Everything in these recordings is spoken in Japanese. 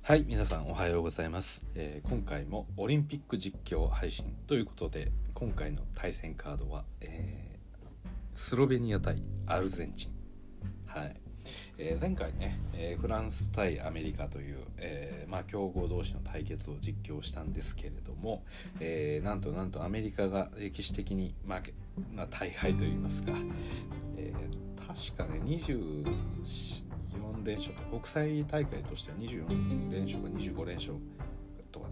はい、皆さんおはようございます。今回もオリンピック実況配信ということで、今回の対戦カードは、スロベニア対アルゼンチン。はい。前回ね、フランス対アメリカという、強豪同士の対決を実況したんですけれども、なんとアメリカが歴史的に大敗といいますか、確かね24連勝と国際大会としては24連勝か25連勝とか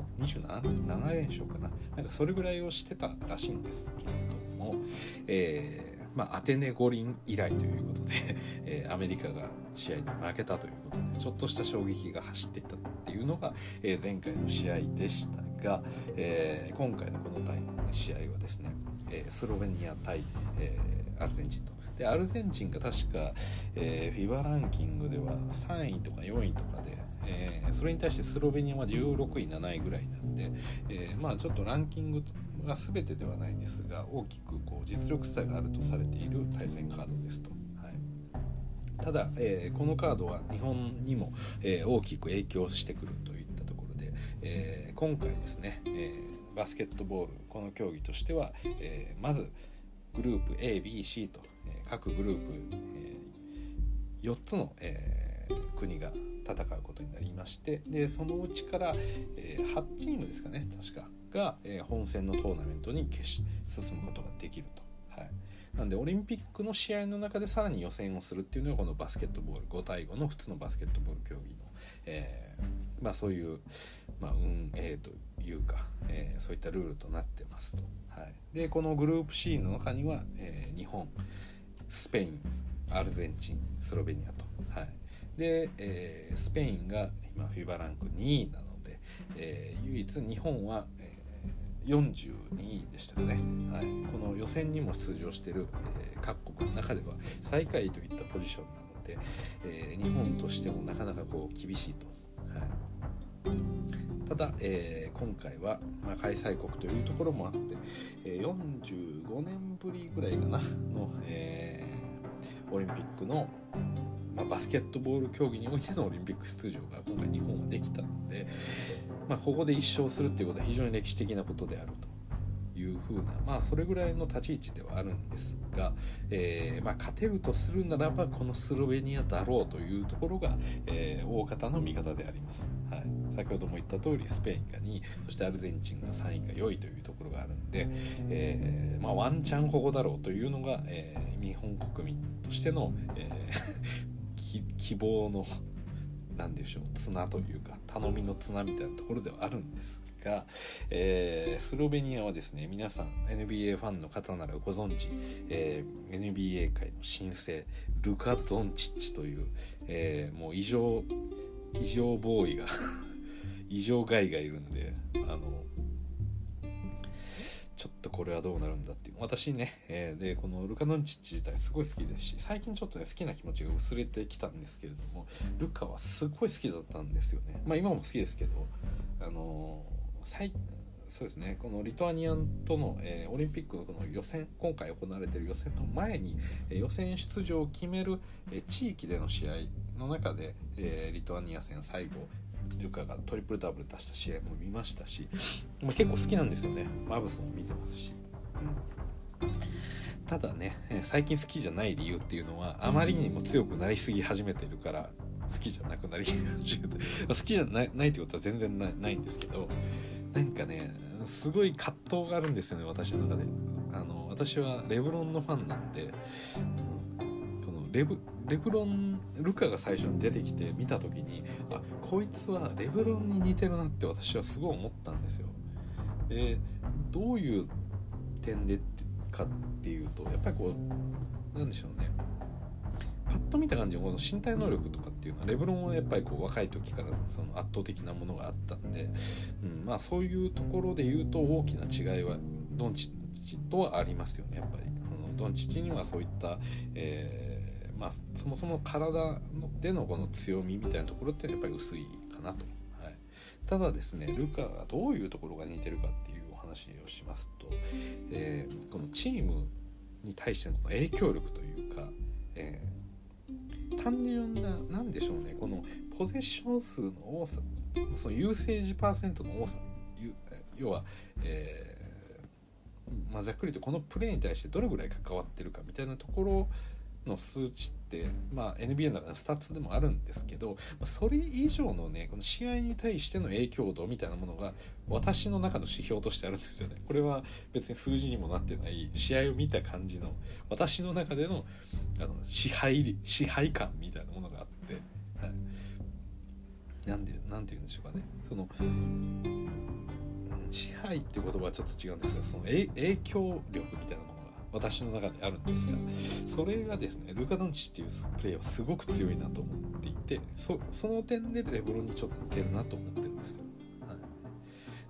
27連勝かな、なんかそれぐらいをしてたらしいんですけれども、アテネ五輪以来ということで、アメリカが試合に負けたということで、ちょっとした衝撃が走っていたっていうのが、前回の試合でしたが、今回のこの試合はですね、スロベニア対、アルゼンチンと。でアルゼンチンが確か、FIBA ランキングでは3位とか4位とかで、それに対してスロベニアは16位7位ぐらいなんで、ちょっとランキングが全てではないんですが、大きく実力差があるとされている対戦カードですと。ただ、このカードは日本にも、大きく影響してくるといったところで、今回ですね、バスケットボールこの競技としては、まずグループ A、B、C と、各グループ、4つの、国が戦うことになりまして、でそのうちから、8チームですかね確かが、本戦のトーナメントに進むことができると。なんでオリンピックの試合の中でさらに予選をするっていうのがこのバスケットボール5対5の普通のバスケットボール競技の、そういう、運営というか、そういったルールとなってますと。でこのグループ C の中には、日本、スペイン、アルゼンチン、スロベニアと。で、スペインが今 FIBA ランク2位なので、唯一日本は、42位でしたかね。この予選にも出場している、各国の中では最下位といったポジションなので、日本としてもなかなか厳しいと。ただ、今回は、開催国というところもあって、45年ぶりぐらいかなの、オリンピックの、バスケットボール競技においてのオリンピック出場が今回日本はできたので、ここで1勝するっていうことは非常に歴史的なことであるというふうな、それぐらいの立ち位置ではあるんですが、勝てるとするならばこのスロベニアだろうというところが、大方の見方であります。先ほども言った通りスペインが2位、そしてアルゼンチンが3位か4位というところがあるんで、ワンチャンここだろうというのが、日本国民としての、希望の何でしょう綱というか頼みの綱みたいなところではあるんですが、スロベニアはですね、皆さん NBA ファンの方ならご存知、NBA 界の新星ルカ・ドンチッチという、もう異常ボーイが異常ガイがいるんで、ちょっとこれはどうなるんだっていう、私ね、でこのルカ・ドンチッチ自体すごい好きですし、最近ちょっとね好きな気持ちが薄れてきたんですけれども、ルカはすごい好きだったんですよね。今も好きですけど、そうですね、このリトアニアとの、オリンピックのこの予選、今回行われている予選の前に、予選出場を決める、地域での試合の中で、リトアニア戦最後ルカがトリプルダブル出した試合も見ましたし、結構好きなんですよね。マブスも見てますし、ただね、最近好きじゃない理由っていうのはあまりにも強くなりすぎ始めてるから好きじゃなくなり始めて好きじゃないってことは全然ないんですけど、なんかねすごい葛藤があるんですよね、私の中で。私はレブロンのファンなんで、このルカが最初に出てきて見た時に、こいつはレブロンに似てるなって私はすごい思ったんですよ。でどういう点でかっていうと、やっぱりなんでしょうね、パッと見た感じのこの身体能力とかっていうのはレブロンはやっぱり若い時からその圧倒的なものがあったんで、そういうところで言うと大きな違いはドンチッチとはありますよね。やっぱりドンチッチにはそういった、そもそも体でのこの強みみたいなところってやっぱり薄いかなと。ただですね、ルカがどういうところが似てるかっていうお話をしますと、このチームに対しての影響力というか、 単純ななんでしょうね、このポゼッション数の多さ、そのユーセージパーセントの多さ、要は、ざっくりとこのプレーに対してどれぐらい関わってるかみたいなところの数値って、NBA の中のスタッツでもあるんですけど、それ以上のねこの試合に対しての影響度みたいなものが私の中の指標としてあるんですよね。これは別に数字にもなってない試合を見た感じの私の中での支配感みたいなものがあって、はい、なんて言うんでしょうかね、その支配っていう言葉はちょっと違うんですが、その影響力みたいなものが私の中であるんですが、それがですねルカ・ドンチッチっていうプレーはすごく強いなと思っていて、その点でレブロンにちょっと似てるなと思ってるんですよ。はい、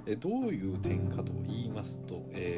でどういう点かと言いますと、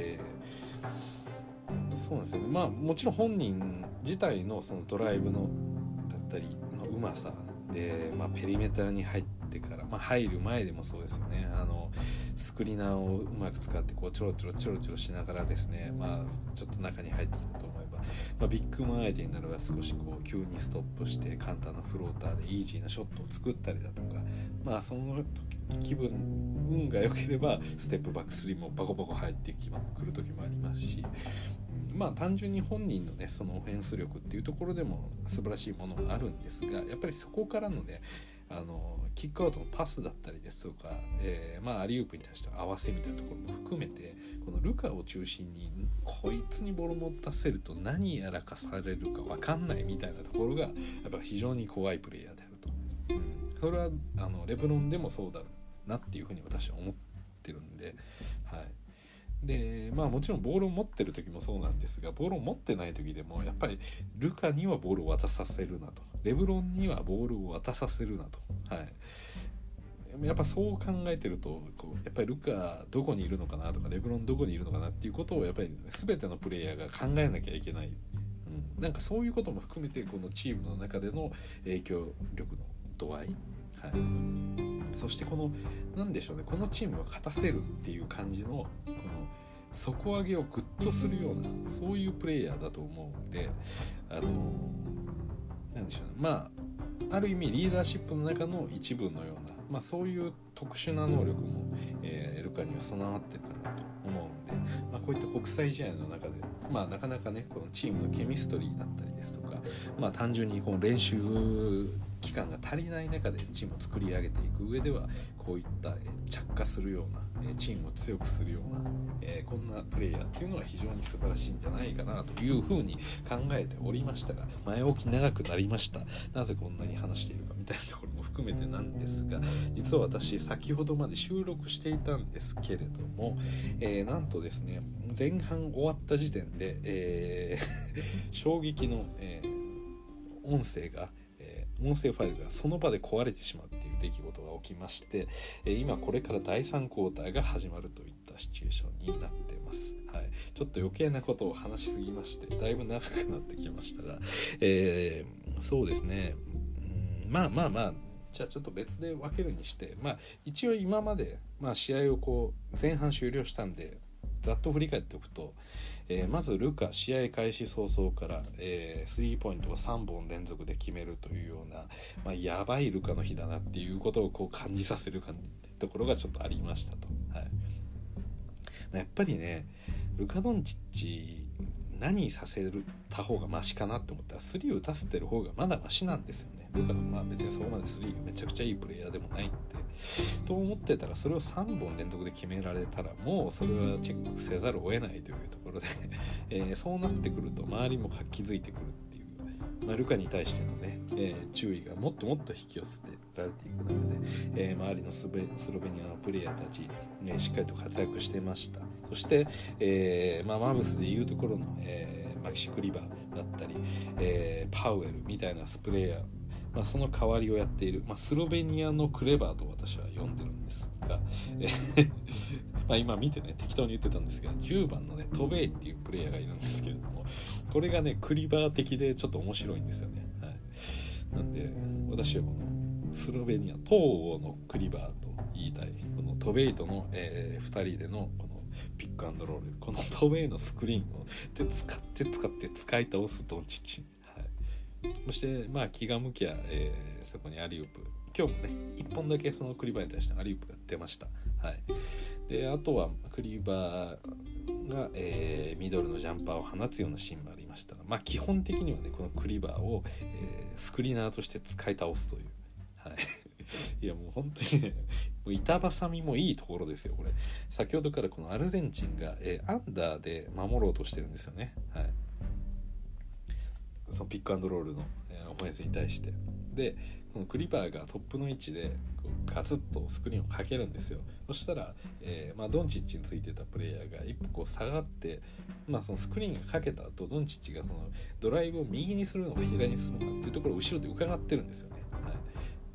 そうなんですよね。もちろん本人自体のそのドライブのだったりのうまさで、ペリメーターに入ってから、入る前でもそうですよね。スクリーナーをうまく使ってこうちょろちょろしながらですね、ちょっと中に入ってきたと思えば、ビッグマン相手になれば少しこう急にストップして簡単なフローターでイージーなショットを作ったりだとか、その時運が良ければステップバック3もバコバコ入ってくる時もありますし、単純に本人のねそのオフェンス力っていうところでも素晴らしいものがあるんですが、やっぱりそこからのねキックアウトのパスだったりですとか、アリウープに対して合わせみたいなところも含めて、このルカを中心にこいつにボールを持たせると何やらかされるか分かんないみたいなところがやっぱ非常に怖いプレイヤーであると、それはレブロンでもそうだなっていうふうに私は思ってるんで、はい。でもちろんボールを持ってる時もそうなんですが、ボールを持ってない時でもやっぱりルカにはボールを渡させるなと、レブロンにはボールを渡させるなと、はい、やっぱそう考えてるとやっぱりルカどこにいるのかなとかレブロンどこにいるのかなっていうことをやっぱり全てのプレイヤーが考えなきゃいけない、なんかそういうことも含めてこのチームの中での影響力の度合い、はい、そしてこのなんでしょうね、このチームを勝たせるっていう感じのこの底上げをグッとするようなそういうプレイヤーだと思うんで、なんでしょうね、ある意味リーダーシップの中の一部のような、そういう特殊な能力も、ルカには備わってるかなと思うんで、こういった国際試合の中で、なかなかねこのチームのケミストリーだったりですとか、単純にこの練習期間が足りない中でチームを作り上げていく上ではこういった着火するようなチームを強くするようなこんなプレイヤーっていうのは非常に素晴らしいんじゃないかなというふうに考えておりましたが、前置き長くなりました。なぜこんなに話しているかみたいなところも含めてなんですが、実は私先ほどまで収録していたんですけれども、なんとですね前半終わった時点で、衝撃の、音声ファイルがその場で壊れてしまうっていう出来事が起きまして、今これから第3クォーターが始まるといったシチュエーションになってます。はい、ちょっと余計なことを話しすぎましてだいぶ長くなってきましたが、そうですね、じゃあちょっと別で分けるにして、一応今まで、試合をこう前半終了したんでざっと振り返っておくと、まずルカ試合開始早々から、スリーポイントを3本連続で決めるというような、やばいルカの日だなっていうことをこう感じさせるところがちょっとありましたと、はい。やっぱりねルカ・ドンチッチ何させた方がマシかなと思ったらスリー打たせてる方がまだマシなんですよね。ルカは別にそこまでスリーがめちゃくちゃいいプレイヤーでもないんでと思ってたら、それを3本連続で決められたらもうそれはチェックせざるを得ないというところで、そうなってくると周りも活気づいてくるっていう、ルカに対してのね、注意がもっともっと引き寄せてられていく中で、周りのスロベニアのプレイヤーたち、しっかりと活躍してました。そして、マブスでいうところの、マキシ・クリバーだったり、パウエルみたいなプレイヤー、その代わりをやっている、スロベニアのクレバーと私は呼んでるんですが、今見てね適当に言ってたんですが、10番のねトベイっていうプレイヤーがいるんですけれども、これがねクリバー的でちょっと面白いんですよね。はい、なんで私はこのスロベニア東欧のクリバーと言いたい、このトベイとの、2人でのこのピックアンドロール、このトベイのスクリーンを使い倒すドンチッチ、 そして気が向きゃ、そこにアリウープ、今日もね1本だけそのクリバーに対してアリウープが出ました。はい、であとはクリバーが、ミドルのジャンパーを放つようなシーンもありましたが、基本的にはねこのクリバーを、スクリーナーとして使い倒すという、はい、いやもう本当にねもう板挟みもいいところですよ。これ先ほどからこのアルゼンチンが、アンダーで守ろうとしてるんですよね。はい、そのピックアンドロールの、オフェンスに対して、でこのクリバーがトップの位置でこうガツッとスクリーンをかけるんですよ。そしたら、ドンチッチについてたプレイヤーが一歩こう下がって、そのスクリーンがかけた後ドンチッチがそのドライブを右にするのか左にするのかっていうところを後ろで伺ってるんですよね。はい、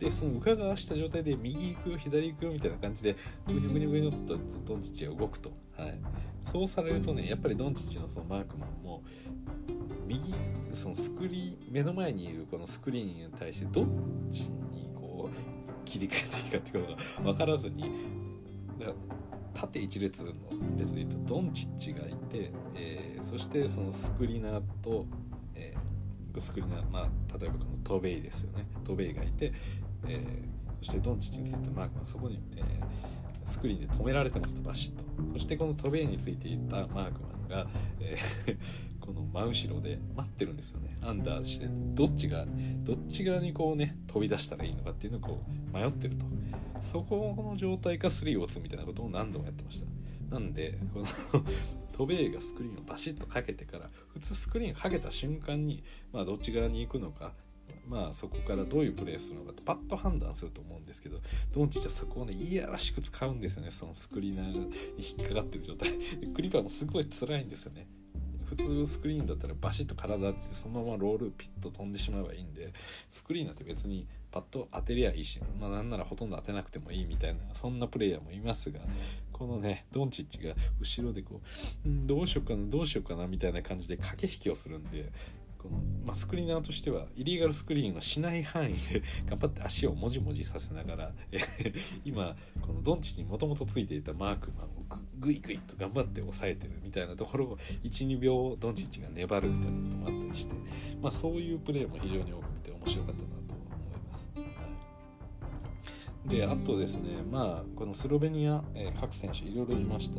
でその伺わした状態で右行くよ左行くよみたいな感じでグニョグニョグニョっとドンチッチが動くと、はい、そうされるとねやっぱりドンチッチのそのマークマンも右そのスクリーン目の前にいるこのスクリーンに対してどっちにこう切り替えていいかっていうことが分からずに、だから縦一列の列で言うとドンチッチがいて、そしてそのスクリーナーと、スクリーナー、例えばこのトベイですよね。トベイがいて、そしてドンチッチについてマークマンそこに、スクリーンで止められてますとバシッと。そしてこのトベイについていたマークマンが、この真後ろで待ってるんですよね。アンダーしてどっち側にこうね飛び出したらいいのかっていうのをこう迷ってると、そこの状態か3を打つみたいなことを何度もやってました。なんでこのトベイがスクリーンをバシッとかけてから、普通スクリーンかけた瞬間にどっち側に行くのか、そこからどういうプレーするのかってパッと判断すると思うんですけど、ドンチッチはそこをねいやらしく使うんですよね。そのスクリーナーに引っかかってる状態でクリバーもすごい辛いんですよね。普通スクリーンだったらバシッと体当ててそのままロールピッと飛んでしまえばいいんで、スクリーンなんて別にパッと当てりゃいいし、なんならほとんど当てなくてもいいみたいな、そんなプレイヤーもいますが、このねドンチッチが後ろでこう、どうしようかなみたいな感じで駆け引きをするんで、このスクリーナーとしてはイリーガルスクリーンはしない範囲で頑張って足をもじもじさせながら今このドンチにもともとついていたマークマンをグイグイと頑張って抑えてるみたいなところを 1,2 秒ドンチッチが粘るみたいなこともあったりして、そういうプレーも非常に多く見て面白かったなと思います。はい、であとですね、このスロベニア、各選手いろいろいました。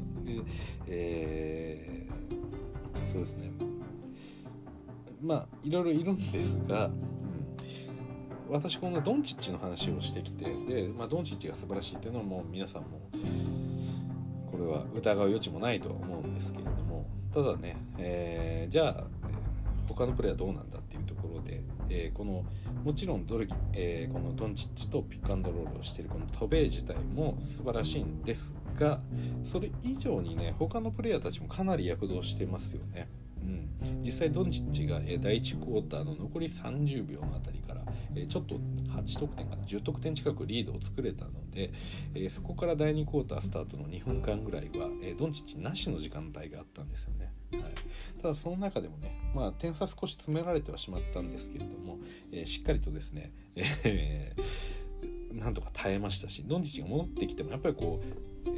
で、そうですね、いろいろいるんですが、私このドンチッチの話をしてきて、で、ドンチッチが素晴らしいというのはもう皆さんもこれは疑う余地もないとは思うんですけれども、ただね、じゃあ他のプレーはどうなんだっていうところで、このもちろんこのドンチッチとピックアンドロールをしているこのトベイ自体も素晴らしいんですが、それ以上にね他のプレイヤーたちもかなり躍動してますよね。実際ドンチッチが第1クォーターの残り30秒のあたりからちょっと8得点かな10得点近くリードを作れたので、そこから第2クォータースタートの2分間ぐらいはドンチッチなしの時間帯があったんですよね。はい、ただその中でもね、点差少し詰められてはしまったんですけれども、しっかりとですね、なんとか耐えましたし、ドンチッチが戻ってきてもやっぱりこう、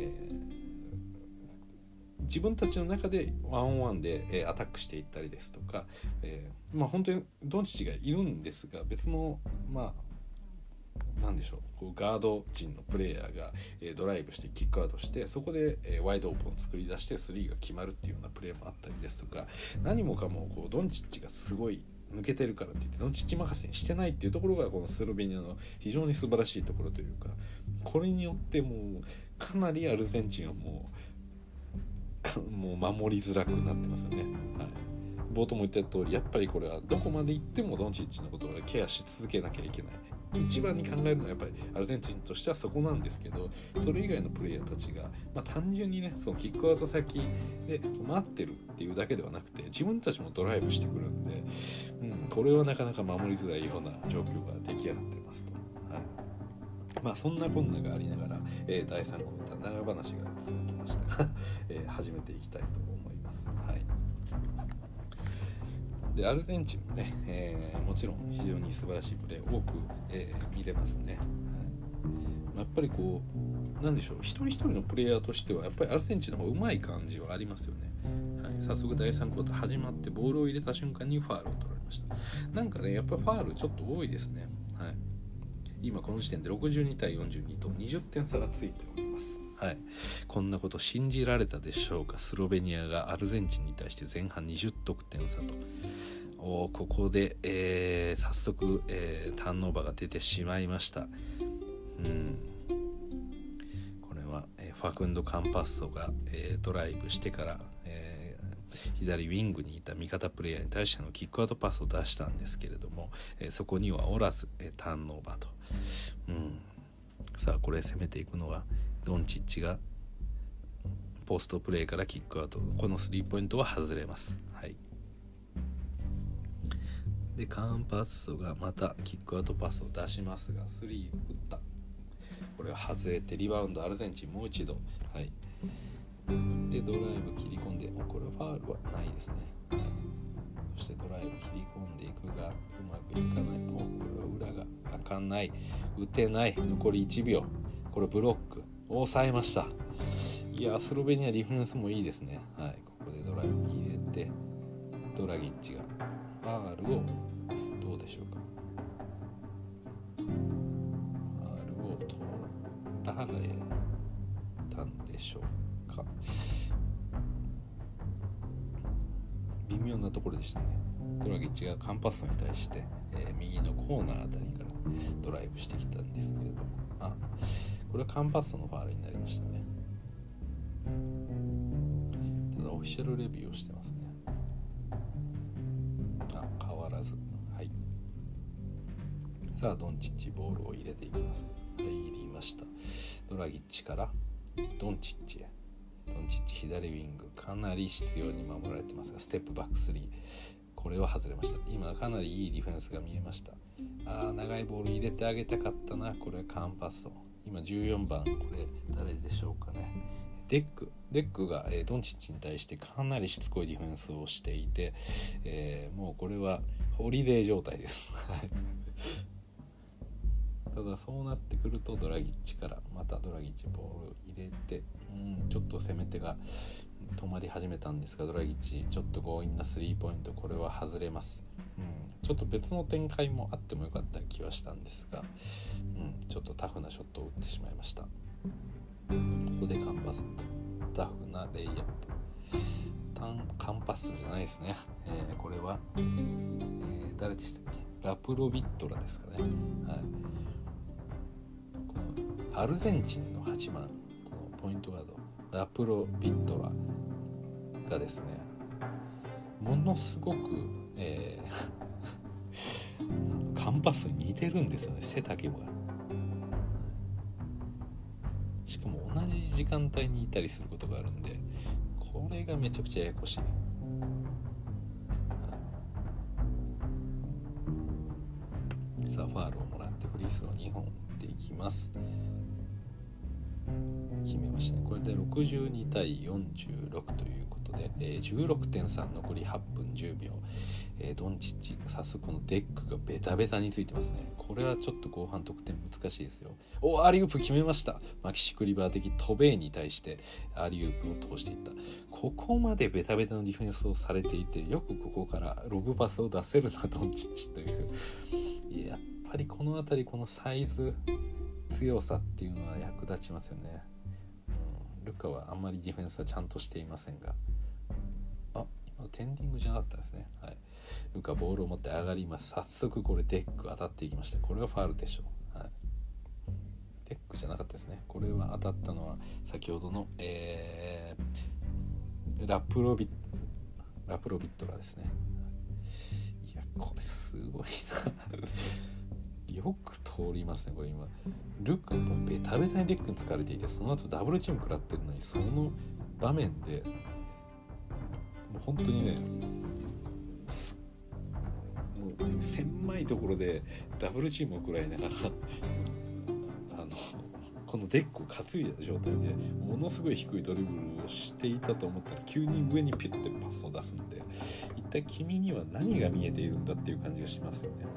自分たちの中でワンオンワンでアタックしていったりですとか、本当にドンチッチがいるんですが、別のなんでしょう、ガード陣のプレイヤーがドライブしてキックアウトして、そこでワイドオープンを作り出してスリーが決まるっていうようなプレーもあったりですとか、何もかもドンチッチがすごい抜けてるからって言ってドンチッチ任せにしてないっていうところがこのスロベニアの非常に素晴らしいところというか、これによってもうかなりアルゼンチンはもう守りづらくなってますよね。はい、冒頭も言った通り、やっぱりこれはどこまで行ってもドンチッチのことをケアし続けなきゃいけない。一番に考えるのはやっぱりアルゼンチンとしてはそこなんですけど、それ以外のプレイヤーたちが、単純にねそのキックアウト先で待ってるっていうだけではなくて、自分たちもドライブしてくるんで、これはなかなか守りづらいような状況が出来上がってますと。はい、そんなこんながありながら、第3クォーター長話が続きましたが、始めていきたいと思います。はい、でアルゼンチンもね、もちろん非常に素晴らしいプレー多く、見れますね。はい、やっぱりなんでしょう、一人一人のプレイヤーとしてはやっぱりアルゼンチンの方が上手い感じはありますよね。はい、早速第3クォーター始まってボールを入れた瞬間にファウルを取られましした。なんかねやっぱりファールちょっと多いですね。はい、今この時点で62対42と20点差がついております。はい、こんなこと信じられたでしょうか。スロベニアがアルゼンチンに対して前半20得点差と、ここで、早速、ターンオーバーが出てしまいました。これは、ファクンド・カンパッソが、ドライブしてから、左ウィングにいた味方プレイヤーに対してのキックアウトパスを出したんですけれども、そこにはおらず、ターンオーバーと、さあこれ攻めていくのはドンチッチがポストプレーからキックアウト、このスリーポイントは外れます。はい、でカンパッソがまたキックアウトパスを出しますがスリー打った。これは外れてリバウンドアルゼンチンもう一度、はい、でドライブ切り込んで、これはファールはないですね。はい、そしてドライブ切り込んでいくがうまくいかない。これは裏が開かない、打てない。残り1秒、これブロック抑えました。いやスロベニアディフェンスもいいですね。はい、ここでドライブ入れてドラギッチがファールをどうでしょうか。ファールを取られたんでしょうか。微妙なところでしたね。ドラギッチがカンパッソに対して、右のコーナーあたりからドライブしてきたんですけれども、これはカンパッソのファールになりましたね。ただオフィシャルレビューをしてますね。変わらず。はい、さあドンチッチボールを入れていきます。入りました。ドラギッチからドンチッチへ。ドンチッチ左ウィングかなり執拗に守られてますがステップバック3、これは外れました。今かなりいいディフェンスが見えました。長いボール入れてあげたかったな。これはカンパッソ、今14番、これ誰でしょうかね。デックが、ドンチッチに対してかなりしつこいディフェンスをしていて、もうこれはホリデー状態ですただそうなってくるとドラギッチからまたドラギッチボール入れて、ちょっと攻め手が止まり始めたんですが、ドラギッチちょっと強引なスリーポイント、これは外れます。ちょっと別の展開もあってもよかった気はしたんですが、ちょっとタフなショットを打ってしまいました。ここでカンパスタフなレイアップ、カンパスじゃないですね。これは、誰でしたっけ。ラプロビットラですかね。はい、このアルゼンチンの8番、このポイントガードラプロビットラがですね、ものすごく、カンパスに似てるんですよね、背丈が。しかも同じ時間帯にいたりすることがあるんで、これがめちゃくちゃややこしい。さあファールをもらってフリースロー2本打っていきます。決めましたね。これで62対46ということで、16点差、残り8分10秒、ドンチッチ早速このデックがベタベタについてますね。これはちょっと後半得点難しいですよ。アリウープ決めました。マキシクリバー的トベイに対してアリウープを通していった。ここまでベタベタのディフェンスをされていて、よくここからロブパスを出せるなドンチッチという。やっぱりこの辺りこのサイズ強さっていうのは役立ちますよね。ルカはあんまりディフェンスはちゃんとしていませんが、今テンディングじゃなかったですね。はい、ルカボールを持って上がります。早速これデック当たっていきました。これはファウルでしょう。はい、デックじゃなかったですね。これは当たったのは先ほどの、ラプロビットラですね。いやこれすごいなよく通りますね。これ今ルカもベタベタにデックに疲れていて、その後ダブルチーム食らってるのに、その場面でもう本当にね、もう狭いところでダブルチームを食らいながらこのデックを担いだ状態でものすごい低いドリブルをしていたと思ったら、急に上にピュッてパスを出すんで、一体君には何が見えているんだっていう感じがしますよね。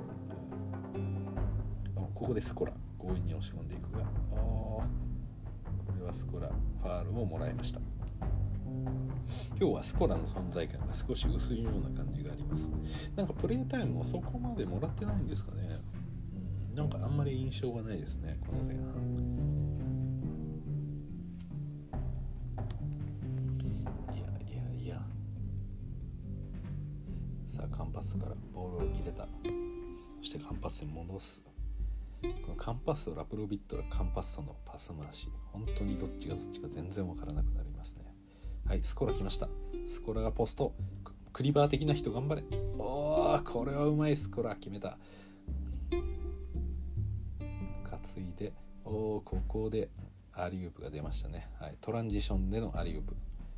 ここでスコラ強引に押し込んでいくが、これはスコラファールをもらいました。 今日はスコラの存在感が少し薄いような感じがあります。なんかプレイタイムもそこまでもらってないんですかね。なんかあんまり印象がないですね、この前半。いやさあカンパスからボールを入れた。そしてカンパスに戻す。このカンパッソ、ラプロビットラ、カンパッソのパス回し、本当にどっちが全然わからなくなりますね。はい、スコラ来ました。スコラがポスト、クリバー的な人頑張れ。おー、これはうまい。スコラ決めた。担いで、ここでアリウープが出ましたね。はい、トランジションでのアリウープ。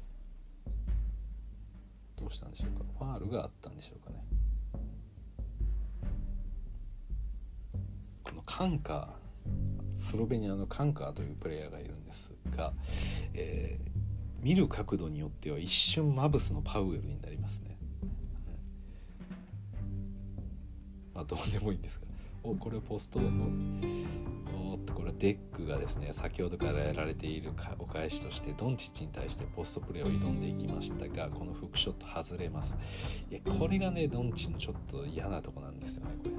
どうしたんでしょうか。ファールがあったんでしょうかね。このカンカー、スロベニアのカンカーというプレイヤーがいるんですが、見る角度によっては一瞬マブスのパウエルになりますね。まあどうでもいいんですが、これはポストのこれデックがですね、先ほどからやられているお返しとしてドンチッチに対してポストプレーを挑んでいきましたが、このフックショット外れます。いや、これがねドンチのちょっと嫌なとこなんですよね、これ。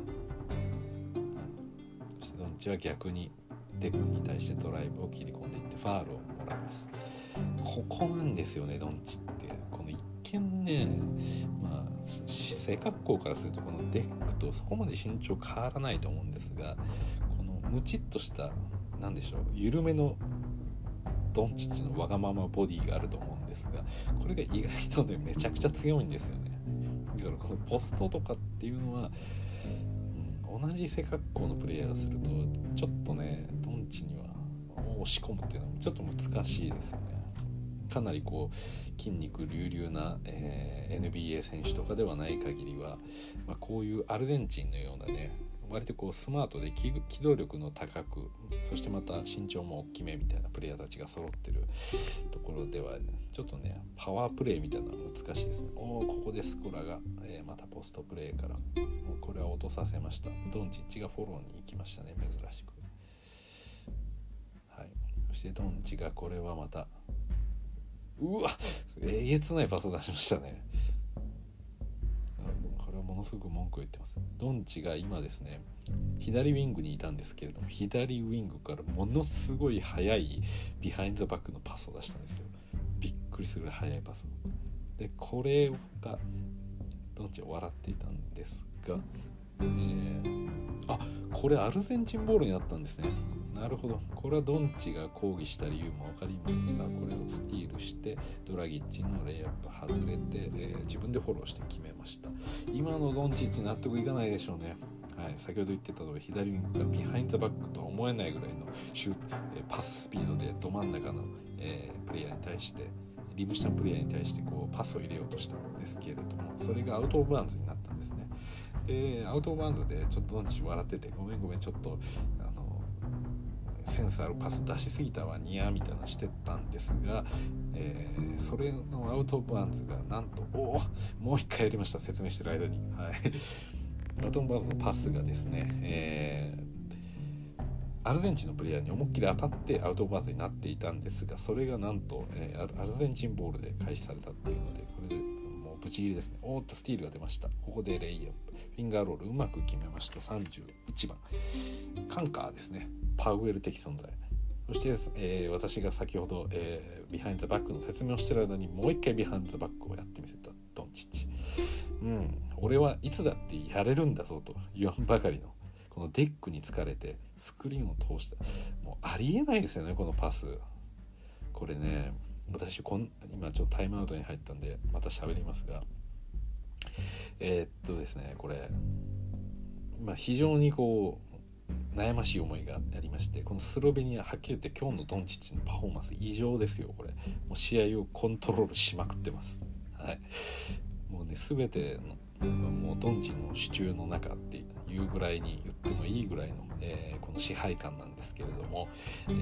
そしてドンチは逆にデックに対してドライブを切り込んでいってファールをもらいます。ここなんですよね、ドンチって。この一見ね、まあ背格好からするとこのデックとそこまで身長変わらないと思うんですが、このムチっとしたなんでしょう、緩めのドンチッチのわがままボディがあると思うんですが、これが意外とねめちゃくちゃ強いんですよね。だからこのポストとかっていうのは、同じ背格好のプレイヤーがするとちょっとねドンチには押し込むっていうのはちょっと難しいですよね。かなりこう筋肉隆々な、NBA 選手とかではない限りは、こういうアルゼンチンのようなね、割とこうスマートで機動力の高く、そしてまた身長も大きめみたいなプレイヤーたちが揃ってるところではちょっとねパワープレイみたいなのが難しいですね。ここでスコラが、またポストプレーからこれは落とさせました。ドンチッチがフォローに行きましたね、珍しく。はい、そしてドンチがこれはまたえげつないパスを出しましたね。これはものすごく文句を言ってます。ドンチが今ですね左ウィングにいたんですけれども、左ウィングからものすごい速いビハインドザバックのパスを出したんですよ。びっくりするぐらい速いパスで、これがドンチは笑っていたんですが、これアルゼンチンボールになったんですね。なるほど、これはドンチが抗議した理由も分かります。さあこれをスティールしてドラギッチのレイアップ外れて、自分でフォローして決めました。今のドンチッチ納得いかないでしょうね。はい、先ほど言ってた通り左ウィングがビハインドザバックとは思えないぐらいのパススピードでど真ん中の、プレイヤーに対してリム下のプレイヤーに対してこうパスを入れようとしたんですけれども、それがアウトオブバウンズになったんですね。でアウトオブバウンズでちょっとドンチッチ笑ってて、ごめんちょっとセンスあるパス出しすぎたわニヤみたいなしてたんですが、それのアウトオブバウンズがなんともう一回やりました、説明してる間に。はいアウトオブバウンズのパスがですね、アルゼンチンのプレイヤーに思いっきり当たってアウトオブバウンズになっていたんですが、それがなんと、アルゼンチンボールで開始されたっていうので、これでもうブチ切りですね。スティールが出ました。ここでレイアップフィンガーロールうまく決めました。31番カンカーですね、パウエル的存在。そして、私が先ほど、ビハインドザバックの説明をしている間にもう一回ビハインドザバックをやってみせたドンチッチ。俺はいつだってやれるんだぞと言わんばかりのこのデックに疲れてスクリーンを通した。もうありえないですよね、このパス。これね、私今ちょっとタイムアウトに入ったんでまた喋りますが、ですね、これ、非常にこう悩ましい思いがありまして、このスロベニアはっきり言って今日のドンチッチのパフォーマンス異常ですよ。これもう試合をコントロールしまくってます。はい、もうね全てのもうドンチの手中の中っていうぐらいに言ってもいいぐらいの、この支配感なんですけれども、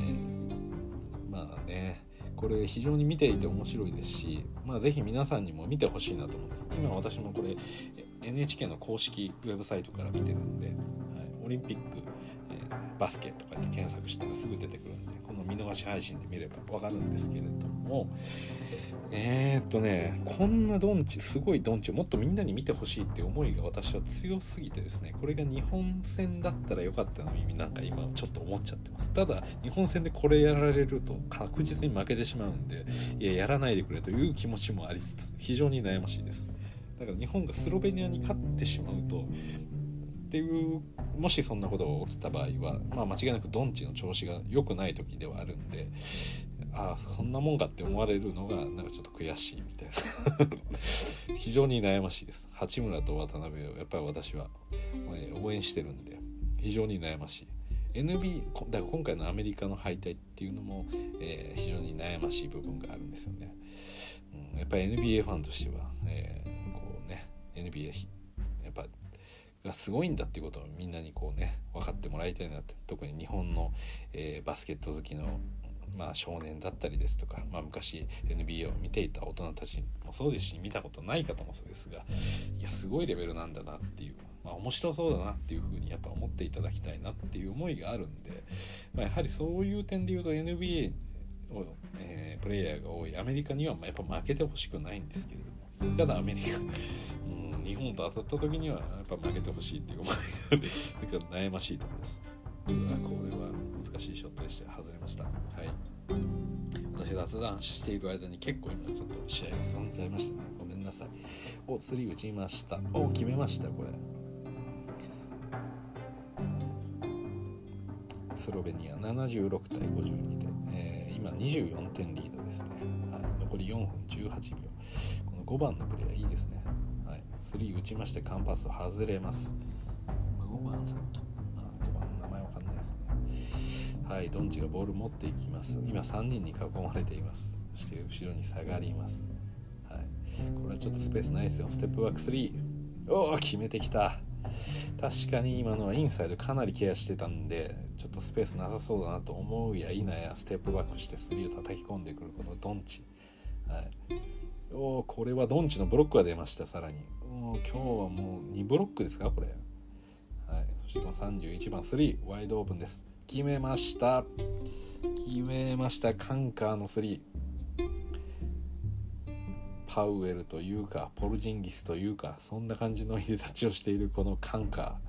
これ非常に見ていて面白いですし、ぜひ皆さんにも見てほしいなと思うんです。今私もこれ NHK の公式ウェブサイトから見てるんで、オリンピック、バスケとかって検索したらすぐ出てくるんで、この見逃し配信で見れば分かるんですけれども、 も、こんなドンチ、すごいドンチをもっとみんなに見てほしいっていう思いが私は強すぎてですね、これが日本戦だったらよかったのになんか今ちょっと思っちゃってます。ただ日本戦でこれやられると確実に負けてしまうんで、やらないでくれという気持ちもありつつ非常に悩ましいです。だから日本がスロベニアに勝ってしまうとっていう、もしそんなことが起きた場合は、間違いなくドンチの調子が良くない時ではあるんで、そんなもんかって思われるのがなんかちょっと悔しいみたいな非常に悩ましいです。八村と渡辺をやっぱり私は応援してるんで非常に悩ましい。 NBA だから今回のアメリカの敗退っていうのも、非常に悩ましい部分があるんですよね。やっぱり NBA ファンとしては、NBA やっぱがすごいんだっていうことをみんなに分かってもらいたいなって。特に日本の、バスケット好きの少年だったりですとか、昔 NBA を見ていた大人たちもそうですし、見たことない方もそうですが、すごいレベルなんだなっていう、面白そうだなっていうふうにやっぱ思っていただきたいなっていう思いがあるんで、やはりそういう点で言うと NBA を、プレイヤーが多いアメリカにはやっぱ負けてほしくないんですけれども、ただアメリカ日本と当たった時にはやっぱ負けてほしいっていう思いがあるだから悩ましいところです。これは難しいショットでした外れました。はい、私雑談している間に結構今ちょっと試合が進んじゃいましたね。ごめんなさい。スリー打ちました。決めました。これスロベニア76対52で、今24点リードですね。残り4分18秒。この5番のプレーはいいですね。スリー打ちましてカンパス外れます。5番さっき5番の名前わかんないですね。ドンチがボール持っていきます。今3人に囲まれています。そして後ろに下がります。これはちょっとスペースないですよ。ステップバック3、決めてきた。確かに今のはインサイドかなりケアしてたんでちょっとスペースなさそうだなと思うや否やステップバックして3を叩き込んでくるこのドンチ。これはドンチのブロックが出ました。さらに今日はもう2ブロックですかこれ。そしてこの31番3ワイドオープンです。決めましたカンカーの3。パウエルというかポルジンギスというかそんな感じのいでたちをしているこのカンカ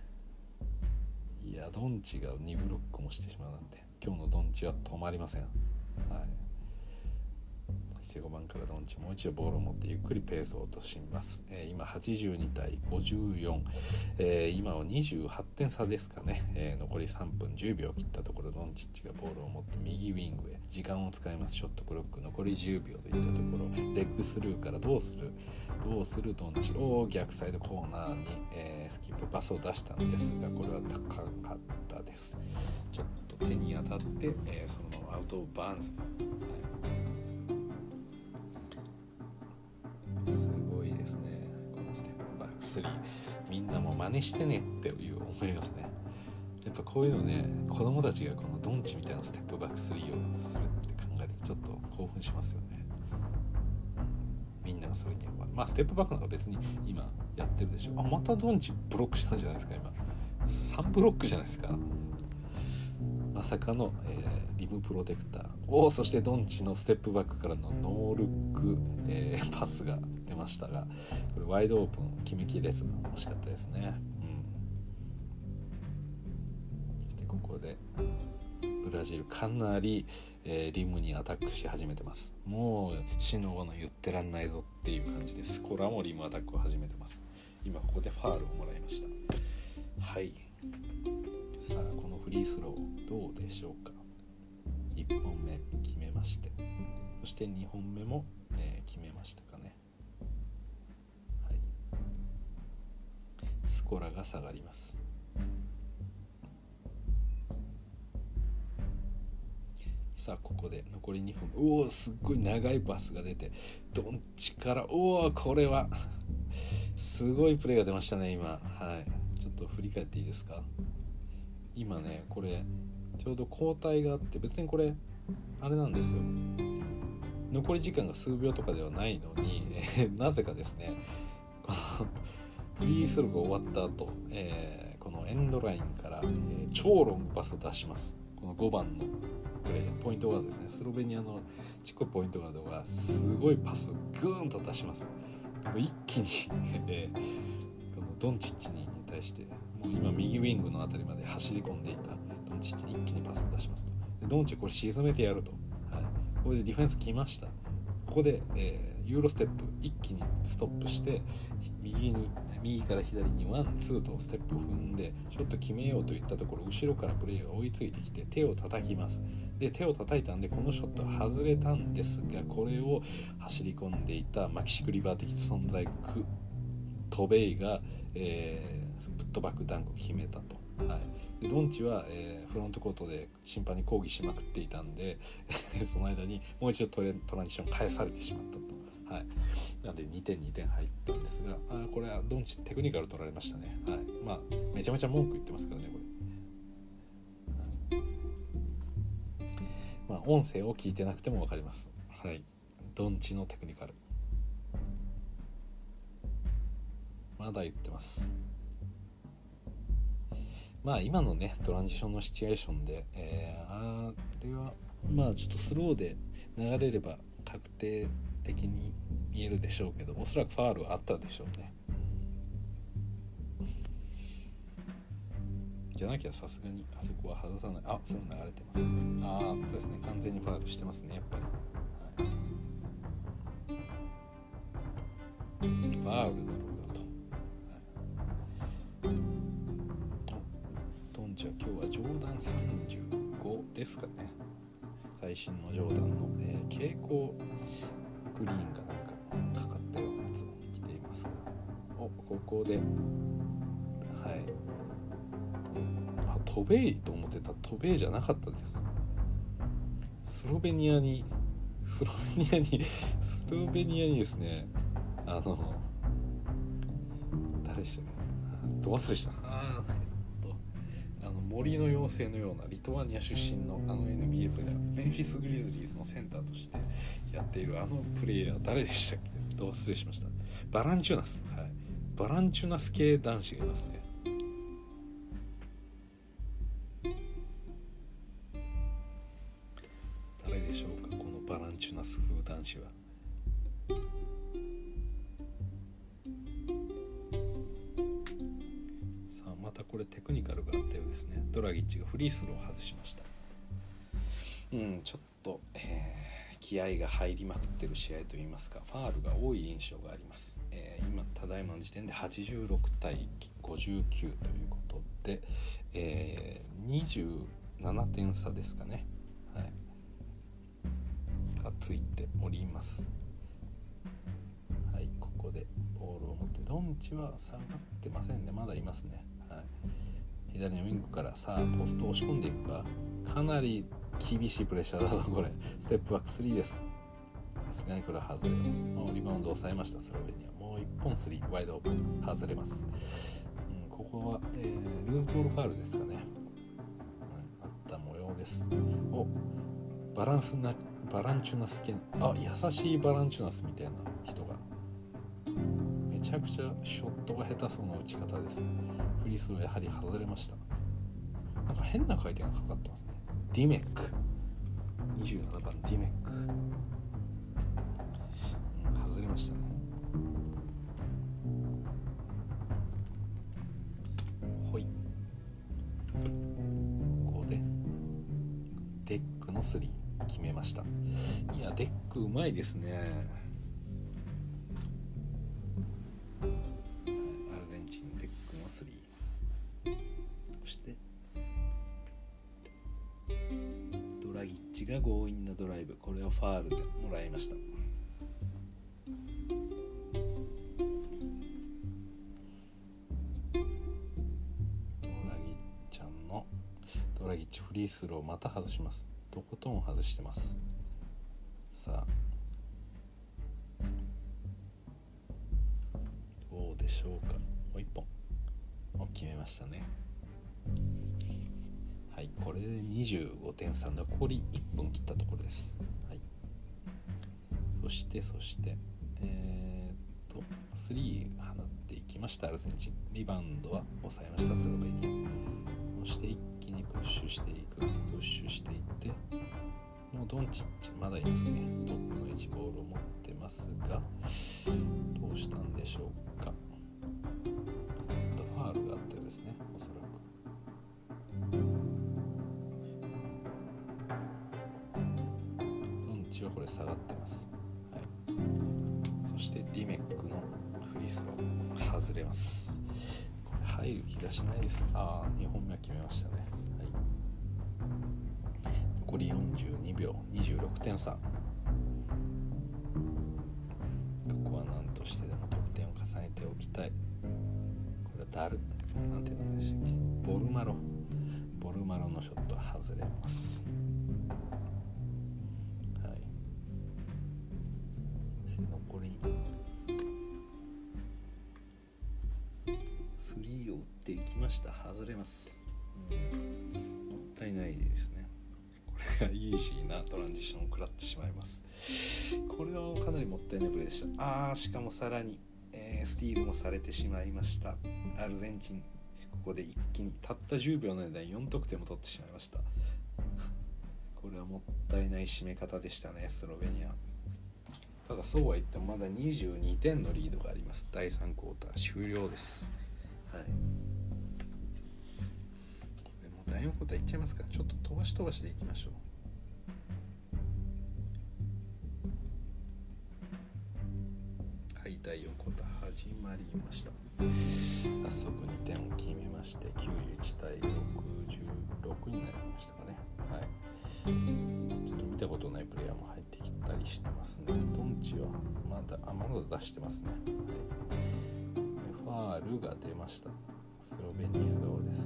ー。ドンチが2ブロックもしてしまうなんて、今日のドンチは止まりません。5番からドンチもう一度ボールを持ってゆっくりペースを落とします。今82対54、今は28点差ですかね。残り3分10秒切ったところドンチッチがボールを持って右ウィングへ時間を使います。ショットクロック残り10秒といったところレッグスルーからどうするドンチ逆サイドコーナーに、スキップパスを出したんですがこれは高かったです。ちょっと手に当たって、そのままアウトオブバウンズ。すごいですねこのステップバック3。みんなも真似してねっていう思いますね。やっぱこういうのね、子供たちがこのドンチみたいなステップバック3をするって考えるとちょっと興奮しますよね。みんながそれにステップバックなんか別に今やってるでしょ。またドンチブロックしたんじゃないですか。今3ブロックじゃないですか。まさかの、リムプロテクターそしてドンチのステップバックからのノールック、パスが出ましたがこれワイドオープン決めきれず惜しかったですね。そしてここでブラジルかなり、リムにアタックし始めてます。もうシノゴの言ってらんないぞっていう感じでスコラもリムアタックを始めてます。今ここでファールをもらいました。さあこのフリースローどうでしょうか。1本目決めまして、そして2本目も、決めましたかね。スコラが下がります。さあここで残り2分。すっごい長いパスが出てドンチからこれはすごいプレーが出ましたね今。ちょっと振り返っていいですか。今ねこれちょうど交代があって別にこれあれなんですよ。残り時間が数秒とかではないのに、なぜかですねこのフリースローが終わった後、このエンドラインから、超ロングパスを出します。この5番のプレーポイントガードですね。スロベニアのチコポイントガードがすごいパスをグーンと出します。一気にこのドンチッチに対してもう今右ウィングのあたりまで走り込んでいたドンチッチに一気にパスを出しますと。でドンチこれ沈めてやると、はい、これでディフェンス来ました。ここで、ユーロステップ一気にストップして右から左にワンツーとステップを踏んでショット決めようといったところ、後ろからプレーが追いついてきて手を叩きます。で手を叩いたんでこのショットは外れたんですが、これを走り込んでいたマキシクリバー的存在トベイが、プットバックダンクを決めたと。はい、でドンチは、フロントコートで審判に抗議しまくっていたんでその間にもう一度トランジション返されてしまったと。はい、なので2点入ったんですが、これはドンチテクニカル取られましたね。はい、まあめちゃめちゃ文句言ってますからねこれ。まあ音声を聞いてなくても分かります。はい、ドンチのテクニカルまだ言ってます。まあ今のねトランジションのシチュエーションで、あれはまあちょっとスローで流れれば確定的に見えるでしょうけど、おそらくファウルはあったでしょうね。じゃなきゃさすがにあそこは外さない。そういうの流れてますね。そうですね、完全にファウルしてますねやっぱり、はい、ファウルだろうがと。ドンチは今日はジョーダン35ですかね、最新のジョーダンの、蛍光グリーンがなんかかかったようなやつを着ていますが、ここでトベイと思ってたトベイじゃなかったです。スロベニアにですね、誰でしたっけ、ど忘れした。森の妖精のようなリトアニア出身のNBA プレーヤー、メンフィスグリズリーズのセンターとしてやっているプレイヤー誰でしたっけ、ど忘れしました。バランチュナス、はい、バランチュナス系男子がいますね。誰でしょうかこのバランチュナス風男子は。またこれテクニカルがあったようですね。ドラギッチがフリースローを外しました。ちょっと、気合が入りまくってる試合といいますか、ファールが多い印象があります。ただいまの時点で86対59ということで、27点差ですかね、はい、がついております。はい、ここでボールを持ってドンチは下がってませんね、まだいますね。はい、左のウィングからさあポストを押し込んでいくか、かなり厳しいプレッシャーだぞこれ。ステップバック3です。さすがにこれは外れます。リバウンドを抑えましたスロベニア。もう1本3ワイドオープン外れます。ここは、ルーズボールファウルですかね、あった模様です。バランチュナス系、優しいバランチュナスみたいな人が、めちゃくちゃショットが下手そうな打ち方です。フリースローやはり外れました。なんか変な回転がかかってますね。ディメック27番ディメック、外れましたね。ほい、ここでデックの3決めました。いやデックうまいですね。アルゼンチンデックの3、そしてドラギッチが強引なドライブ、これはファールでもらいました。ドラギッチフリースローまた外します。とことん外してます。さあどうでしょうか。もう一本決めましたね。はい、これで25点差、残り1分切ったところです。はい、そして3放っていきましたアルゼンチン。リバウンドは抑えましたスロベニア。そして一気にプッシュしていってンチッチまだいますね。トップの位置ボールを持ってますが、どうしたんでしょうか。ファウルがあったようですね、おそらく。ドンチはこれ下がってます、はい、そしてディメックのフリースロー外れます。これ入る気がしないです。2本目は決めましたね、はい、残り42秒、26点差。ここは何としてでも得点を重ねておきたい。これはなんていうんでしたっけ、ボルマロのショットは外れます。はい、残り3を打っていきました。外れます、もったいないですね。これがイージーなトランジションを食らってしまいます。これはかなりもったいないプレーでした。しかもさらに、スティールもされてしまいました。アルゼンチン、ここで一気にたった10秒の間に4得点も取ってしまいました。これはもったいない締め方でしたね、スロベニア。ただそうは言ってもまだ22点のリードがあります。第3クォーター終了です。はい、これもう第4クォーターいっちゃいますから、ちょっと飛ばしでいきましょう。はい、第4クォーター始まりました。早速2点を決めまして、91対66になりましたかね。はい、ちょっと見たことないプレイヤーも入ってきたりしてますね。ドンチはまだ出してますね。はい、ファールが出ました。スロベニア側です。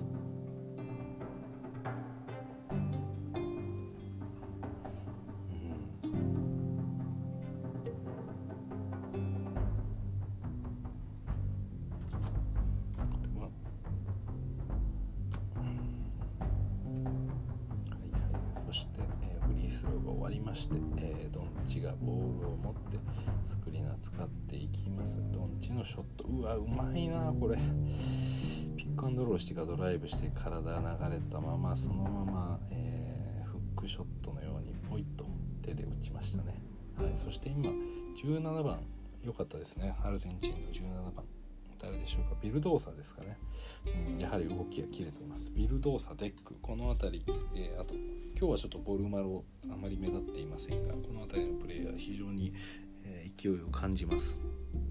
そして、フリースローが終わりまして、ドンチがボールを持ってスクリーナー使っていきます。ドンチのショット、うまいなこれ。ピックアンドローしてからドライブして体が流れたままそのまま、フックショットのようにポイッと手で打ちましたね。はい、そして今17番良かったですね。アルゼンチンの17番誰でしょうか。ビルドーサですかね。やはり動きが切れています。ビルドーサ、デック、この辺り、あと今日はちょっとボルマロあまり目立っていませんが、この辺りのプレーヤー非常に、勢いを感じます。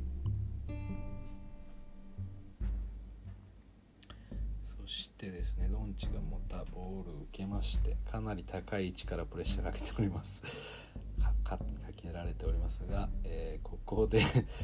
そしてですね、ドンチがまたボールを受けまして、かなり高い位置からプレッシャーかけております。かけられておりますが、ここで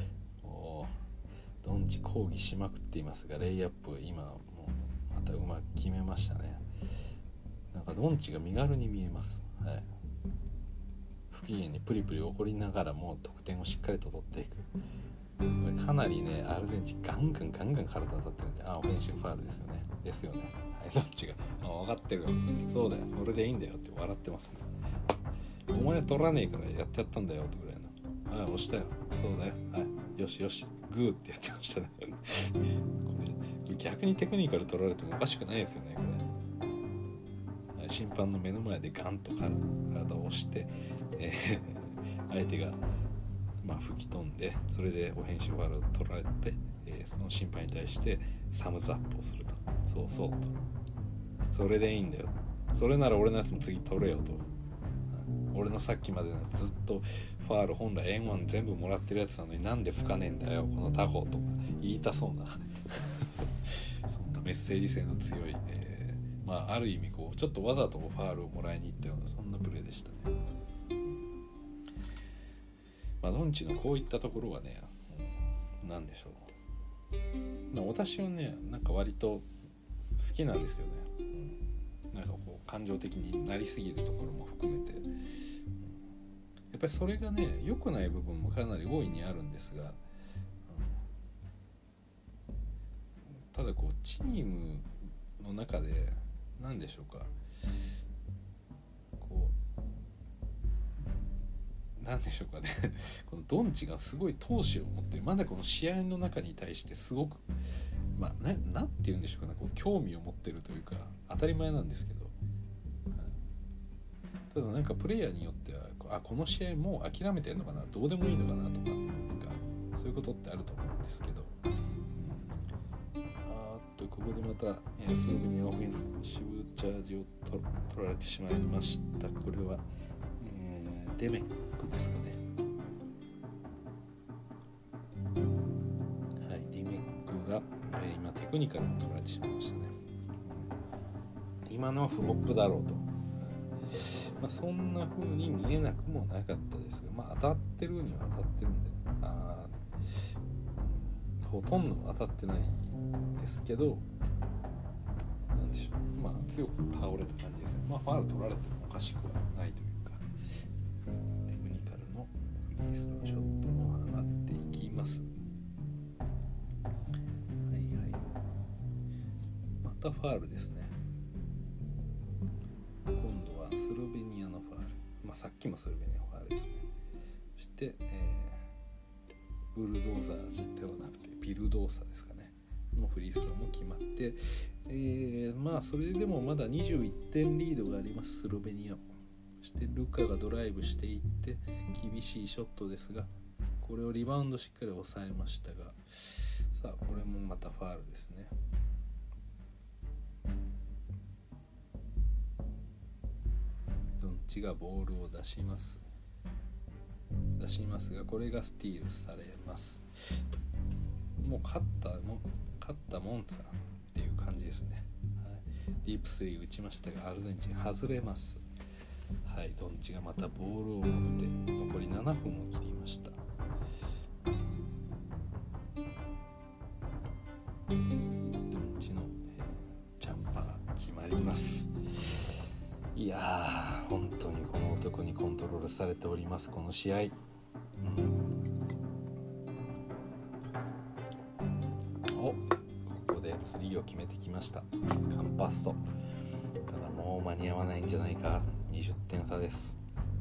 ドンチ抗議しまくっていますが、レイアップ今もうまたうまく決めましたね。なんかドンチが身軽に見えます。はい、不機嫌にプリプリ怒りながらも得点をしっかりと取っていく。これかなりね、アルゼンチンガンガン体当たってるんで、オフェンシブファウルですよね。はい、ドンチが分かってるよ、そうだよ、これでいいんだよって笑ってますね。お前は取らねえからやってやったんだよってぐらいの。押したよ、そうだよ、はい、よしよし、グーってやってましたね。これ逆にテクニカル取られてもおかしくないですよね。これ審判の目の前でガンと体を押して、相手が吹き飛んで、それでオフェンシブファウルを取られて、その審判に対してサムズアップをすると。そうと、それでいいんだよ、それなら俺のやつも次取れよと。俺のさっきまでのやつずっとファール本来円1全部もらってるやつなのになんで吹かねえんだよこのタコとか言いたそうなそんなメッセージ性の強い、ある意味こうちょっとわざとファールをもらいに行ったようなそんなプレーでしたね。ドンチのこういったところはね、なんでしょう、私はねなんか割と好きなんですよね。なんかこう感情的になりすぎるところも含めて、やっぱりそれがね良くない部分もかなり大いにあるんですが、ただこうチームの中で何でしょうか、こうなんでしょうかねこのドンチがすごい闘志を持ってまだこの試合の中に対してすごくなんて言うんでしょうかね、こう興味を持ってるというか当たり前なんですけど、 ただなんかプレイヤーによってはこの試合もう諦めてんのかな、どうでもいいのかなとか、なんかそういうことってあると思うんですけど、ここでまたスロベニアオフェンシブチャージを取られてしまいました。これは、レメックですかね。はい、リメックが、今テクニカルも取られてしまいましたね。今のはフロップだろうと、そんな風に見えなくもなかったですが、当たってるには当たってるんで、ほとんど当たってないですけど、なんでしょう、強く倒れた感じですね。ファウル取られてもおかしくはないというか、テクニカルのフリースローショットも放っていきます。はいはい、またファウルですね。今度はスロベニアのファウル、さっきもスロベニアのファウルですね。そして、ブルドーザージではなくてビルドーサですかねのフリースローも決まって、それでもまだ21点リードがありますスロベニア。そしてルカがドライブしていって厳しいショットですが、これをリバウンドしっかり抑えましたが、さあこれもまたファウルですね。ドンチがボールを出しますが、これがスティールされます。もう勝ったもんさっていう感じですね。はい、ディープスリー打ちましたがアルゼンチン外れます。はい、ドンチがまたボールを持って残り7分を切りました。ドンチの、ジャンパー決まります。いやー、本当にこの男にコントロールされておりますこの試合。ここでスリーを決めてきました。カンパッソ。ただもう間に合わないんじゃないか。20点差です。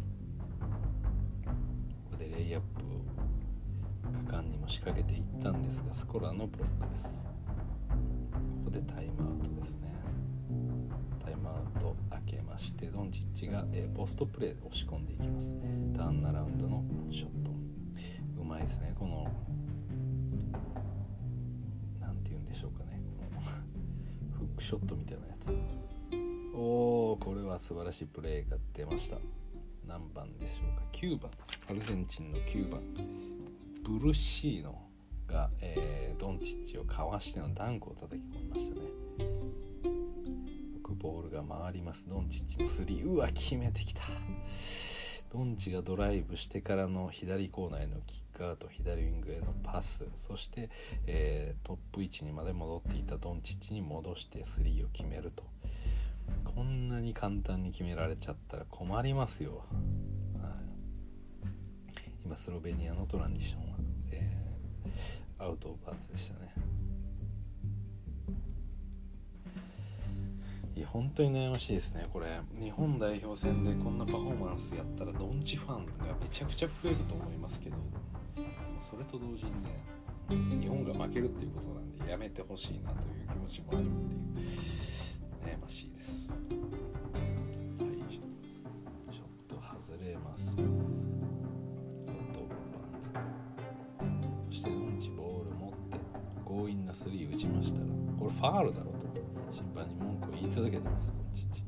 ここでレイアップを果敢にも仕掛けていったんですが、スコラのブロックです。ここでタイムアウトですね。タイムアウト開けまして、ドンチッチが、ポストプレーで押し込んでいきます。ターンアラウンドのショットうまいですね。このなんて言うんでしょうかね、このフックショットみたいなやつ。これは素晴らしいプレーが出ました。何番でしょうか。9番、アルゼンチンの9番ブルシーノが、ドンチッチをかわしてのダンクを叩き込みましたね。よくボールが回ります。ドンチッチのスリー、決めてきた。ドンチがドライブしてからの左コーナーへのキックアウト、左ウィングへのパス、そして、トップ位置にまで戻っていたドンチッチに戻してスリーを決めると。こんなに簡単に決められちゃったら困りますよ。はい、今スロベニアのトランジションは、アウトオブバウンズでしたね。いや本当に悩ましいですね。これ日本代表戦でこんなパフォーマンスやったらドンチファンがめちゃくちゃ増えると思いますけど、でもそれと同時にね、日本が負けるっていうことなんでやめてほしいなという気持ちもあるっていう悩ましいです。はい、ちょっと外れます。アウトオブバウンズ。そしてドンチボール持って強引なスリー打ちましたが、これファールだろうと審判に文句を言い続けてます。ドンチッチ。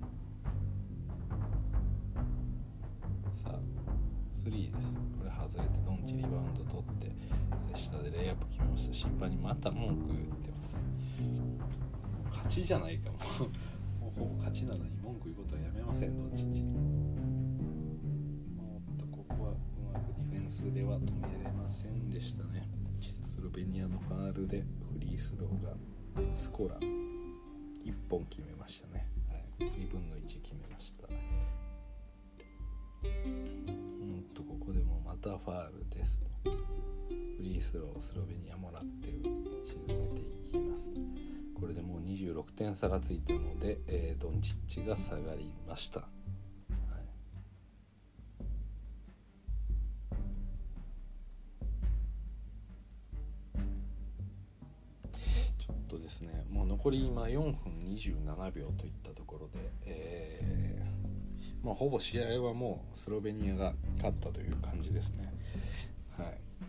さあスリーです。これ外れてドンチリバウンド取って下でレイアップ決めました。審判にまた文句言ってます。勝ちじゃないかもうほぼ勝ちなのに文句言うことはやめません。ドンチッチ。ここはうまくディフェンスでは止めれませんでしたね。スロベニアのファールでフリースローがスコラ1本決めましたね。はい、2分の1決めました。ここでもまたファールですと。フリースローをスロベニアもらって沈めていきます。これでもう26点差がついたので、ドンチッチが下がりました。はい、ちょっとですね、もう残り今4分27秒といったところで、 ほぼ試合はもうスロベニアが勝ったという感じですね。はい、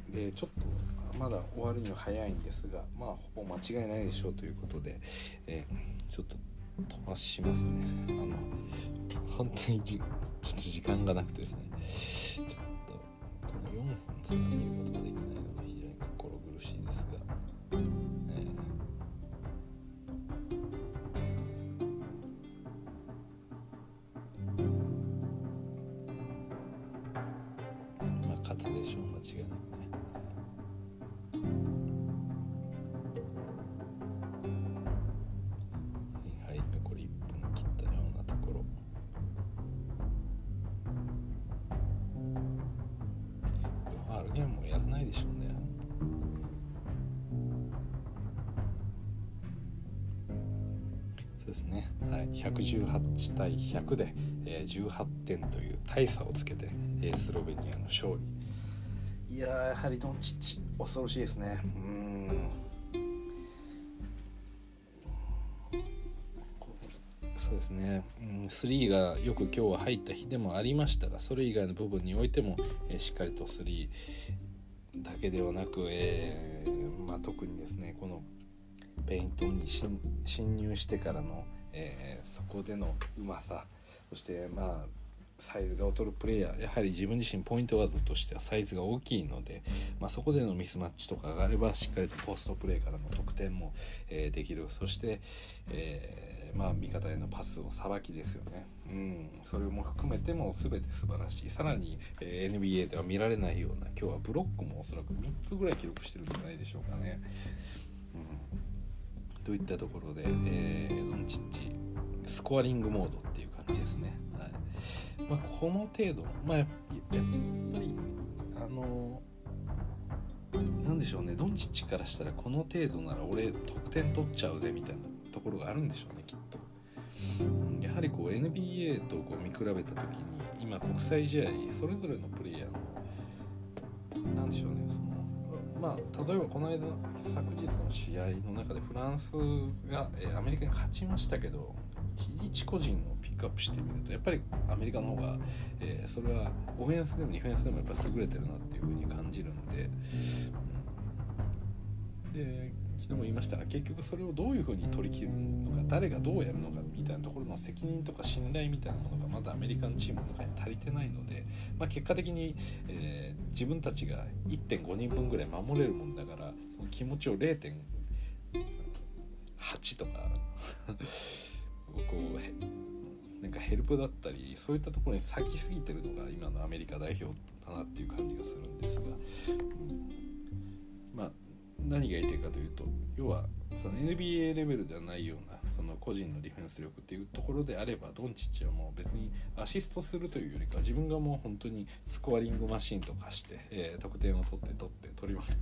でちょっとまだ終わるには早いんですが、ほぼ間違いないでしょうということで、ちょっと飛ばしますね。本当にちょっと時間がなくてですね、ちょっとこの4本すら見ることができないのが非常に心苦しいですが、勝つでしょう、間違いなくね。はい、残り1分切ったようなところ。ファールゲームもやらないでしょうね。そうですね、はい、118対100で、18点という大差をつけて、スロベニアの勝利。いややはりドンチッチ恐ろしいですね。そうですね、3がよく今日は入った日でもありましたが、それ以外の部分においても、しっかりと3だけではなく、特にですねこのペイントに侵入してからの、そこでのうまさ、そしてサイズが劣るプレイヤー、やはり自分自身ポイントガードとしてはサイズが大きいので、そこでのミスマッチとかがあればしっかりとポストプレーからの得点も、できる。そして、味方へのパスをさばきですよね。それも含めても全て素晴らしい。さらに、NBA では見られないような、今日はブロックもおそらく3つぐらい記録してるんじゃないでしょうかね。といったところで、ドンチッチスコアリングモードっていう感じですね。はい、この程度、やっぱりなんでしょうね、ドンチッチからしたらこの程度なら俺得点取っちゃうぜみたいなところがあるんでしょうね、きっと。やはりNBA と見比べた時に今国際試合それぞれのプレイヤーのなんでしょうね、例えばこの間昨日の試合の中でフランスがアメリカに勝ちましたけど、一個人をピックアップしてみるとやっぱりアメリカの方が、それはオフェンスでもディフェンスでもやっぱり優れてるなっていう風に感じるんで、で昨日も言いましたが、結局それをどういう風に取り切るのか、誰がどうやるのかみたいなところの責任とか信頼みたいなものがまだアメリカンチームの中に足りてないので、結果的に、自分たちが 1.5 人分ぐらい守れるもんだから、その気持ちを 0.8 とかなんかヘルプだったりそういったところに割きすぎてるのが今のアメリカ代表だなっていう感じがするんですが、何が言いたいかというと、要はその NBA レベルではないようなその個人のディフェンス力っていうところであれば、ドンチッチはもう別にアシストするというよりか、自分がもう本当にスコアリングマシンと化して、得点を取りまくって、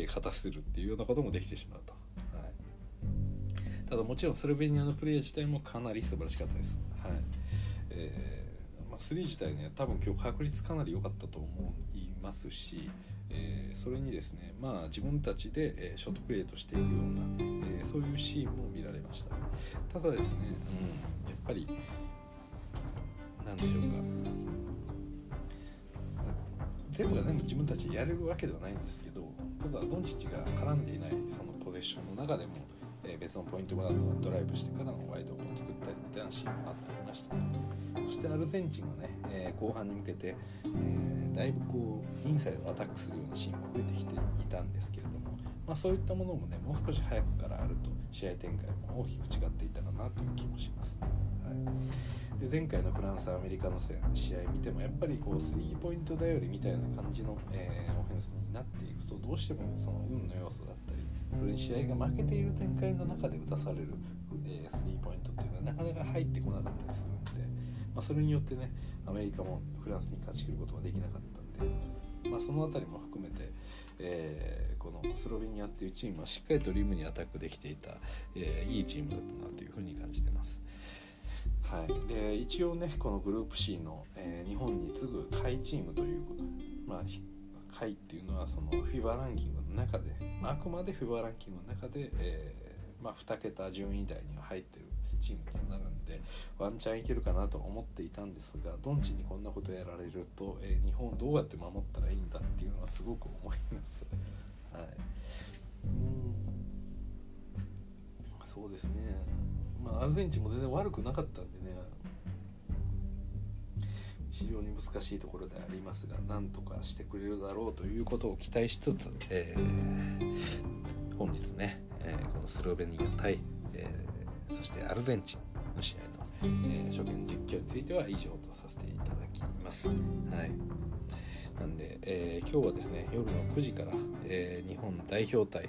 勝たせるっていうようなこともできてしまうと。はい、ただもちろんスロベニアのプレー自体もかなり素晴らしかったです。はい、3自体ね、多分今日確率かなり良かったと思いますし、それにですね、自分たちで、ショートプレーとしているような、そういうシーンも見られました。ただですね、やっぱりなんでしょうか、全部が全部自分たちでやれるわけではないんですけど、ただドンチッチが絡んでいないそのポゼッションの中でも、別のポイントガードがドライブしてからのワイドオープンを作ったりみたいなシーンもありましたと。そしてアルゼンチンがね、後半に向けて、だいぶインサイドをアタックするようなシーンも増えてきていたんですけれども、そういったものもね、もう少し早くからあると試合展開も大きく違っていたかなという気もします。はい、で前回のフランスアメリカの試合見てもやっぱりスリーポイント頼りみたいな感じの、オフェンスになっていくと、どうしてもその運の要素だったり、それに試合が負けている展開の中で打たされる、スリーポイントっていうのはなかなか入ってこなかったりするんで、それによってね、アメリカもフランスに勝ち切ることができなかったんで、そのあたりも含めて、このスロベニアっていうチームはしっかりとリムにアタックできていた、いいチームだったなというふうに感じてます。はい、で一応ね、このグループ C の、日本に次ぐ下位チームということ、下位っていうのはそのフィバランキングの中で、あくまでフィバランキングの中で、2桁順位台には入ってるチームになるんでワンチャンいけるかなと思っていたんですが、ドンチにこんなことやられると、日本をどうやって守ったらいいんだっていうのはすごく思います。はい、そうですね、アルゼンチンも全然悪くなかったんでね、非常に難しいところでありますが、なんとかしてくれるだろうということを期待しつつ、本日ね、このスロベニア対、そしてアルゼンチンの試合の、初見実況については以上とさせていただきます。はい、なんで、今日はですね夜の9時から、日本代表対、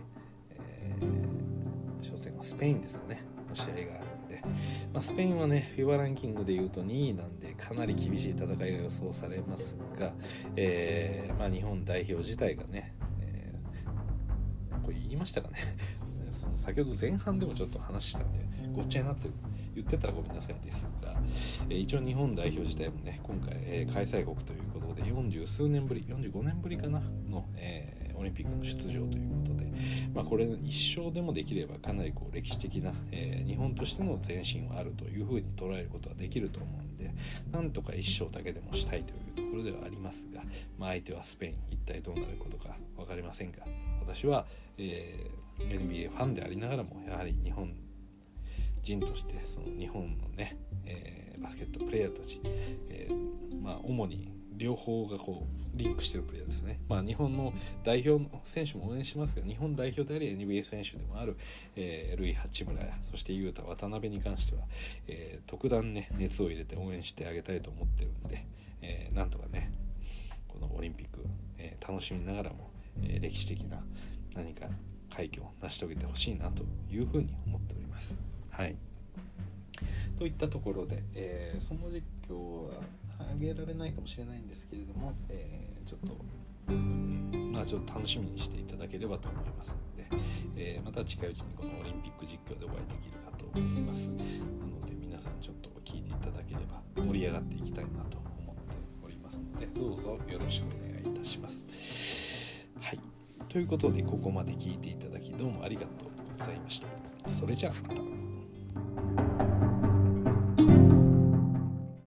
初戦はスペインですかねの試合があるんで、スペインはねFIBAランキングでいうと2位なんでかなり厳しい戦いが予想されますが、日本代表自体がね、これ言いましたかね先ほど前半でもちょっと話したんでごっちゃになってる言ってたらごめんなさいですが、一応日本代表自体もね今回、開催国ということで40数年ぶり45年ぶりかなの、オリンピックの出場ということで、これ一勝でもできればかなりこう歴史的な、日本としての前進はあるというふうに捉えることはできると思うんで、なんとか一勝だけでもしたいというところではありますが、相手はスペイン、一体どうなることか分かりませんが、私は、NBA ファンでありながらもやはり日本人としてその日本のね、バスケットプレーヤーたち、主に両方がこうリンクしてるプレイヤーですね。日本の代表の選手も応援しますが、日本代表であり NBA 選手でもある、ルイ・八村やそして雄太、渡辺に関しては、特段ね熱を入れて応援してあげたいと思ってるんで、なんとかねこのオリンピック、楽しみながらも、歴史的な何か快挙を成し遂げてほしいなというふうに思っております。はい。といったところで、その実況は上げられないかもしれないんですけれども、ちょっと楽しみにしていただければと思いますので、また近いうちにこのオリンピック実況でお会いできるかと思います。なので皆さんちょっと聞いていただければ盛り上がっていきたいなと思っておりますので、どうぞよろしくお願いいたします。はい。ということでここまで聞いていただきどうもありがとうございました。それじゃあまた。